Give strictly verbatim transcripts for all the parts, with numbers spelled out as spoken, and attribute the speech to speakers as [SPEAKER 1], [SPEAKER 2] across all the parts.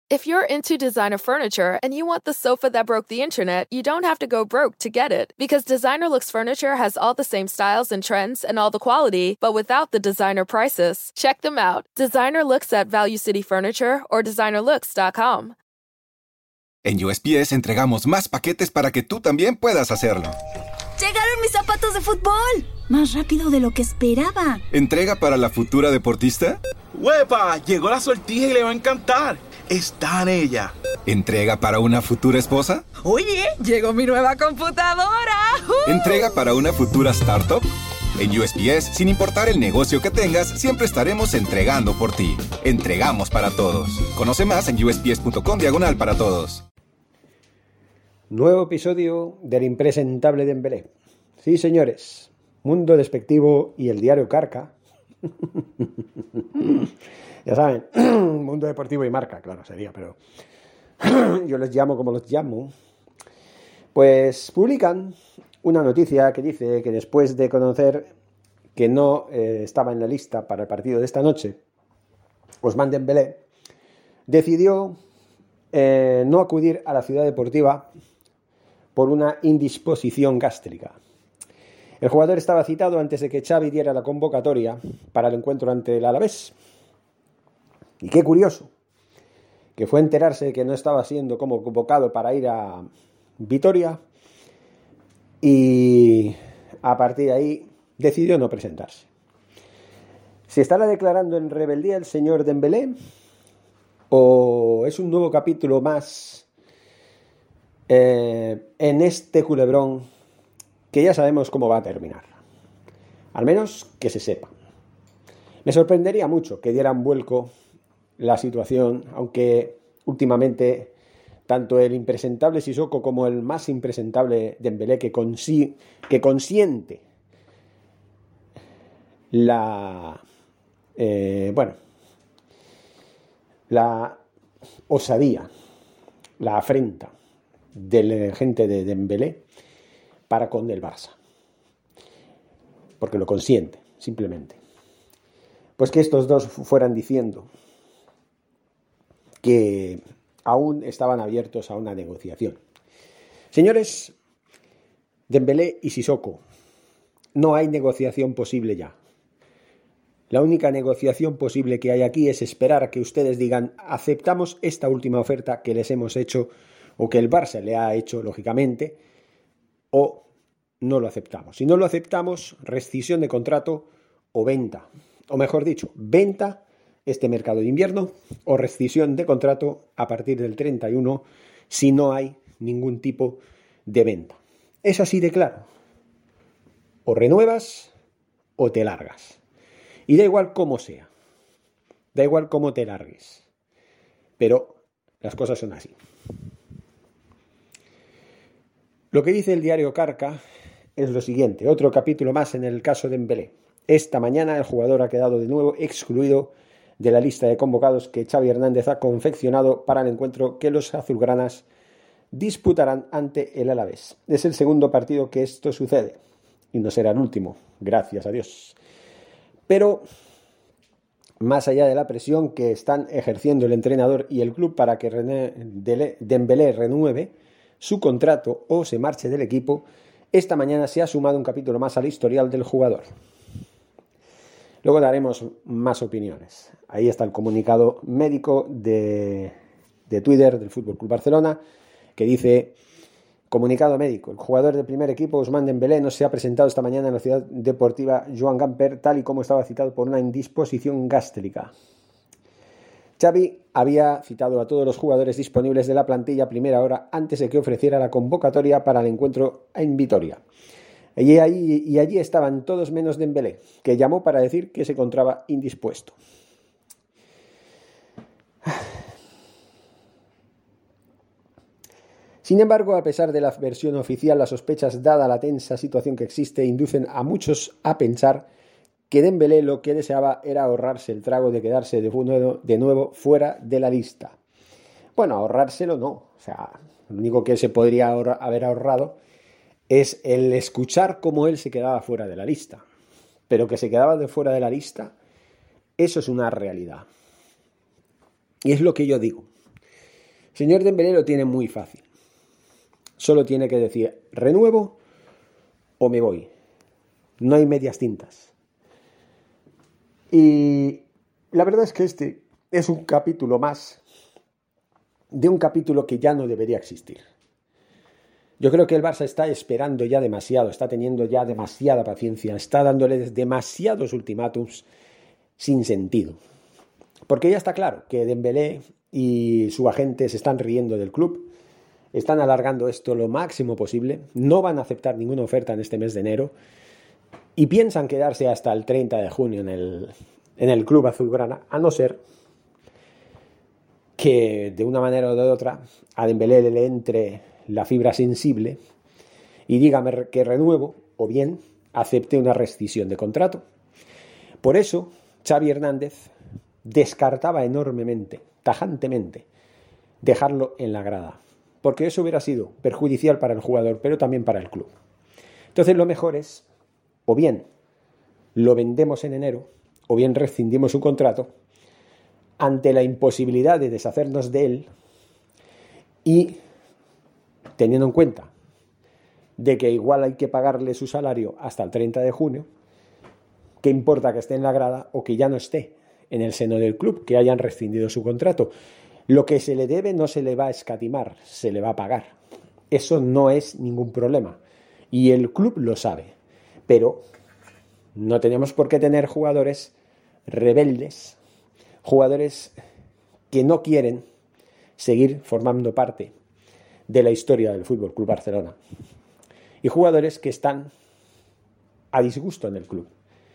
[SPEAKER 1] If you're into designer furniture and you want the sofa that broke the internet, you don't have to go broke to get it. Because Designer Looks Furniture has all the same styles and trends and all the quality, but without the designer prices. Check them out. Designer Looks at Value City Furniture or designer looks dot com.
[SPEAKER 2] En U S P S entregamos más paquetes para que tú también puedas hacerlo.
[SPEAKER 3] ¡Llegaron mis zapatos de fútbol! Más rápido de lo que esperaba.
[SPEAKER 2] ¿Entrega para la futura deportista?
[SPEAKER 4] ¡Huepa! Llegó la sortija y le va a encantar. Está en ella.
[SPEAKER 2] ¿Entrega para una futura esposa?
[SPEAKER 3] Oye, llegó mi nueva computadora. ¡Uh!
[SPEAKER 2] ¿Entrega para una futura startup? En U S P S, sin importar el negocio que tengas, siempre estaremos entregando por ti. Entregamos para todos. Conoce más en usps.com diagonal para todos.
[SPEAKER 5] Nuevo episodio del impresentable Dembélé. Sí, señores, Mundo Despectivo y el diario Carca. Ya saben, Mundo Deportivo y Marca, claro, sería, pero yo les llamo como los llamo. Pues publican una noticia que dice que después de conocer que no eh, estaba en la lista para el partido de esta noche, Ousmane Dembélé decidió eh, no acudir a la ciudad deportiva por una indisposición gástrica. El jugador estaba citado antes de que Xavi diera la convocatoria para el encuentro ante el Alavés. Y qué curioso, que fue enterarse que no estaba siendo como convocado para ir a Vitoria y a partir de ahí decidió no presentarse. ¿Se estará declarando en rebeldía el señor Dembélé o es un nuevo capítulo más eh, en este culebrón que ya sabemos cómo va a terminar? Al menos que se sepa. Me sorprendería mucho que dieran vuelco la situación, aunque últimamente tanto el impresentable Sissoko como el más impresentable Dembélé, que, consi- que consiente la eh, bueno la osadía, la afrenta de la gente de Dembélé para con el Barça, porque lo consiente, simplemente. Pues que estos dos fueran diciendo que aún estaban abiertos a una negociación. Señores, Dembélé y Sissoko, no hay negociación posible ya. La única negociación posible que hay aquí es esperar a que ustedes digan aceptamos esta última oferta que les hemos hecho o que el Barça le ha hecho, lógicamente, o no lo aceptamos. Si no lo aceptamos, rescisión de contrato o venta. O mejor dicho, venta este mercado de invierno o rescisión de contrato a partir del treinta y uno si no hay ningún tipo de venta. Es así de claro. O renuevas o te largas. Y da igual cómo sea. Da igual cómo te largues. Pero las cosas son así. Lo que dice el diario Carca es lo siguiente. Otro capítulo más en el caso de Dembélé. Esta mañana el jugador ha quedado de nuevo excluido de la lista de convocados que Xavi Hernández ha confeccionado para el encuentro que los azulgranas disputarán ante el Alavés. Es el segundo partido que esto sucede y no será el último, gracias a Dios. Pero más allá de la presión que están ejerciendo el entrenador y el club para que René Dembélé renueve su contrato o se marche del equipo, esta mañana se ha sumado un capítulo más al historial del jugador. Luego daremos más opiniones. Ahí está el comunicado médico de, de Twitter del F C Barcelona, que dice: comunicado médico, el jugador del primer equipo, Ousmane Dembélé, no se ha presentado esta mañana en la ciudad deportiva Joan Gamper, tal y como estaba citado por una indisposición gástrica. Xavi había citado a todos los jugadores disponibles de la plantilla a primera hora antes de que ofreciera la convocatoria para el encuentro en Vitoria. Y allí, y allí estaban todos menos Dembélé, que llamó para decir que se encontraba indispuesto. Sin embargo, a pesar de la versión oficial, las sospechas, dada la tensa situación que existe, inducen a muchos a pensar que Dembélé lo que deseaba era ahorrarse el trago de quedarse de nuevo, de nuevo fuera de la lista. Bueno, ahorrárselo no. O sea, lo único que se podría ahorra, haber ahorrado es el escuchar cómo él se quedaba fuera de la lista. Pero que se quedaba de fuera de la lista, eso es una realidad. Y es lo que yo digo. Señor Dembélé lo tiene muy fácil. Solo tiene que decir, renuevo o me voy. No hay medias tintas. Y la verdad es que este es un capítulo más de un capítulo que ya no debería existir. Yo creo que el Barça está esperando ya demasiado, está teniendo ya demasiada paciencia, está dándoles demasiados ultimátums sin sentido. Porque ya está claro que Dembélé y su agente se están riendo del club, están alargando esto lo máximo posible, no van a aceptar ninguna oferta en este mes de enero y piensan quedarse hasta el treinta de junio en el, en el club azulgrana, a no ser que de una manera o de otra a Dembélé le entre la fibra sensible y dígame que renuevo o bien acepte una rescisión de contrato. Por eso Xavi Hernández descartaba enormemente, tajantemente, dejarlo en la grada, porque eso hubiera sido perjudicial para el jugador, pero también para el club. Entonces lo mejor es, o bien lo vendemos en enero, o bien rescindimos su contrato, ante la imposibilidad de deshacernos de él y teniendo en cuenta de que igual hay que pagarle su salario hasta el treinta de junio, ¿qué importa que esté en la grada o que ya no esté en el seno del club, que hayan rescindido su contrato? Lo que se le debe no se le va a escatimar, se le va a pagar. Eso no es ningún problema. Y el club lo sabe. Pero no tenemos por qué tener jugadores rebeldes, jugadores que no quieren seguir formando parte de la historia del F C Barcelona. Y jugadores que están a disgusto en el club.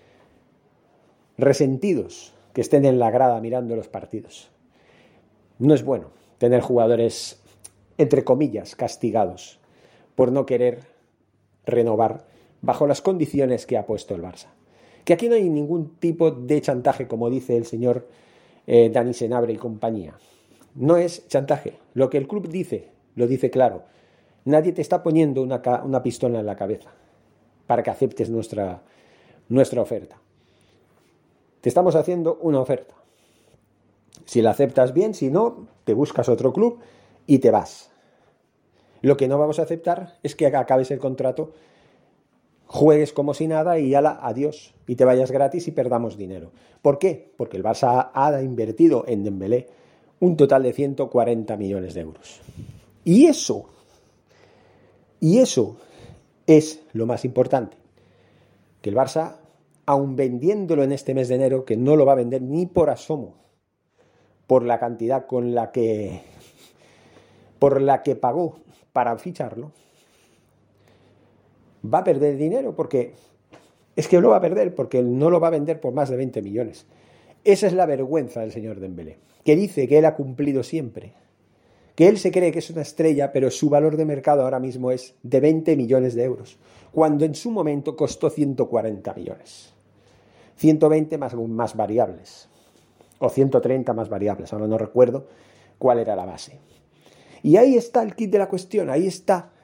[SPEAKER 5] Resentidos que estén en la grada mirando los partidos. No es bueno tener jugadores, entre comillas, castigados por no querer renovar bajo las condiciones que ha puesto el Barça. Que aquí no hay ningún tipo de chantaje, como dice el señor eh, Dani Senabre y compañía. No es chantaje. Lo que el club dice, lo dice claro. Nadie te está poniendo una, ca- una pistola en la cabeza para que aceptes nuestra, nuestra oferta. Te estamos haciendo una oferta. Si la aceptas bien, si no, te buscas otro club y te vas. Lo que no vamos a aceptar es que acabes el contrato, juegues como si nada y ala, adiós, y te vayas gratis y perdamos dinero. ¿Por qué? Porque el Barça ha invertido en Dembélé un total de ciento cuarenta millones de euros. Y eso, y eso es lo más importante. Que el Barça, aun vendiéndolo en este mes de enero, que no lo va a vender ni por asomo, por la cantidad con la que por la que pagó para ficharlo, va a perder dinero porque es que lo va a perder porque no lo va a vender por más de veinte millones. Esa es la vergüenza del señor Dembélé, que dice que él ha cumplido siempre, que él se cree que es una estrella, pero su valor de mercado ahora mismo es de veinte millones de euros, cuando en su momento costó ciento cuarenta millones. ciento veinte más, más variables. O ciento treinta más variables, ahora no recuerdo cuál era la base. Y ahí está el kit de la cuestión, ahí está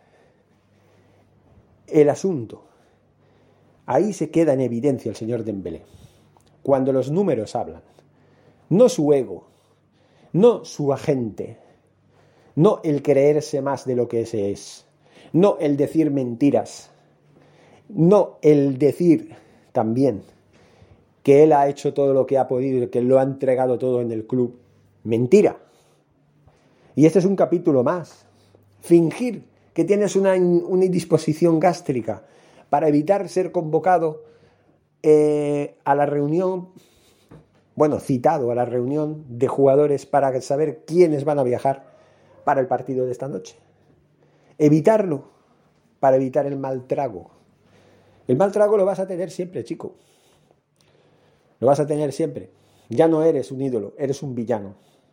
[SPEAKER 5] el asunto. Ahí se queda en evidencia el señor Dembélé. Cuando los números hablan, no su ego, no su agente, no el creerse más de lo que se es, no el decir mentiras, no el decir también que él ha hecho todo lo que ha podido y que lo ha entregado todo en el club. Mentira. Y este es un capítulo más. Fingir que tienes una, una indisposición gástrica para evitar ser convocado eh, a la reunión, bueno, citado a la reunión de jugadores para saber quiénes van a viajar para el partido de esta noche. Evitarlo para evitar el mal trago. El mal trago lo vas a tener siempre, chico. Lo vas a tener siempre. Ya no eres un ídolo, eres un villano.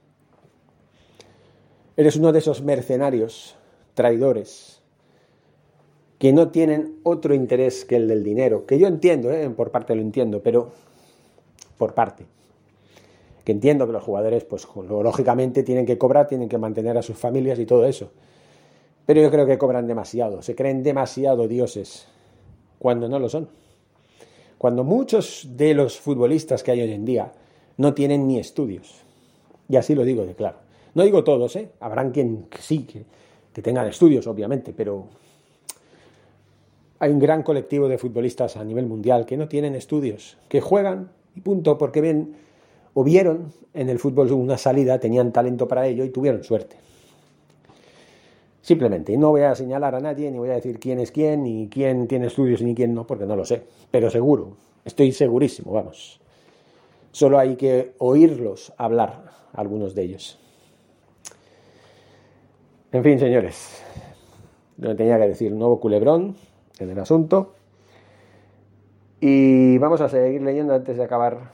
[SPEAKER 5] Eres uno de esos mercenarios, traidores, que no tienen otro interés que el del dinero. Que yo entiendo, ¿eh? por parte lo entiendo, pero por parte. Que entiendo que los jugadores, pues lógicamente tienen que cobrar, tienen que mantener a sus familias y todo eso. Pero yo creo que cobran demasiado, se creen demasiado dioses, cuando no lo son. Cuando muchos de los futbolistas que hay hoy en día no tienen ni estudios. Y así lo digo de claro. No digo todos, ¿eh? Habrán quien sí, que, que tengan estudios, obviamente, pero hay un gran colectivo de futbolistas a nivel mundial que no tienen estudios, que juegan y punto, porque ven o vieron en el fútbol una salida, tenían talento para ello y tuvieron suerte. Simplemente, y no voy a señalar a nadie, ni voy a decir quién es quién, ni quién tiene estudios, ni quién no, porque no lo sé. Pero seguro, estoy segurísimo, vamos. Solo hay que oírlos hablar, algunos de ellos. En fin, señores, no tenía que decir, un nuevo culebrón en el asunto. Y vamos a seguir leyendo antes de acabar.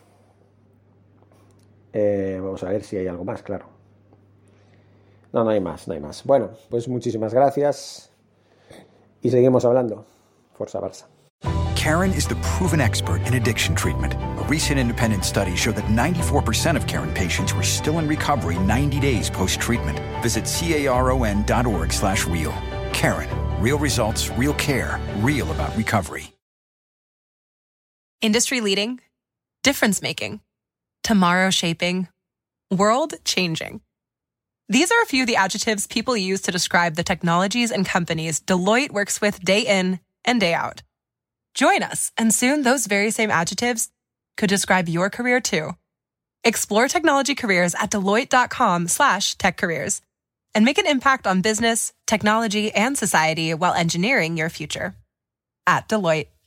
[SPEAKER 5] Eh, vamos a ver si hay algo más, claro. No, no hay más, no hay más. Bueno, pues muchísimas gracias y seguimos hablando. Forza Barça.
[SPEAKER 6] Karen is the proven expert in addiction treatment. A recent independent study showed that ninety-four percent of Karen patients were still in recovery ninety days post-treatment. Visit caron.org slash real. Karen, real results, real care, real about recovery.
[SPEAKER 7] Industry leading, difference making, tomorrow shaping, world changing. These are a few of the adjectives people use to describe the technologies and companies Deloitte works with day in and day out. Join us, and soon those very same adjectives could describe your career too. Explore technology careers at Deloitte.com slash tech careers and make an impact on business, technology, and society while engineering your future. At Deloitte.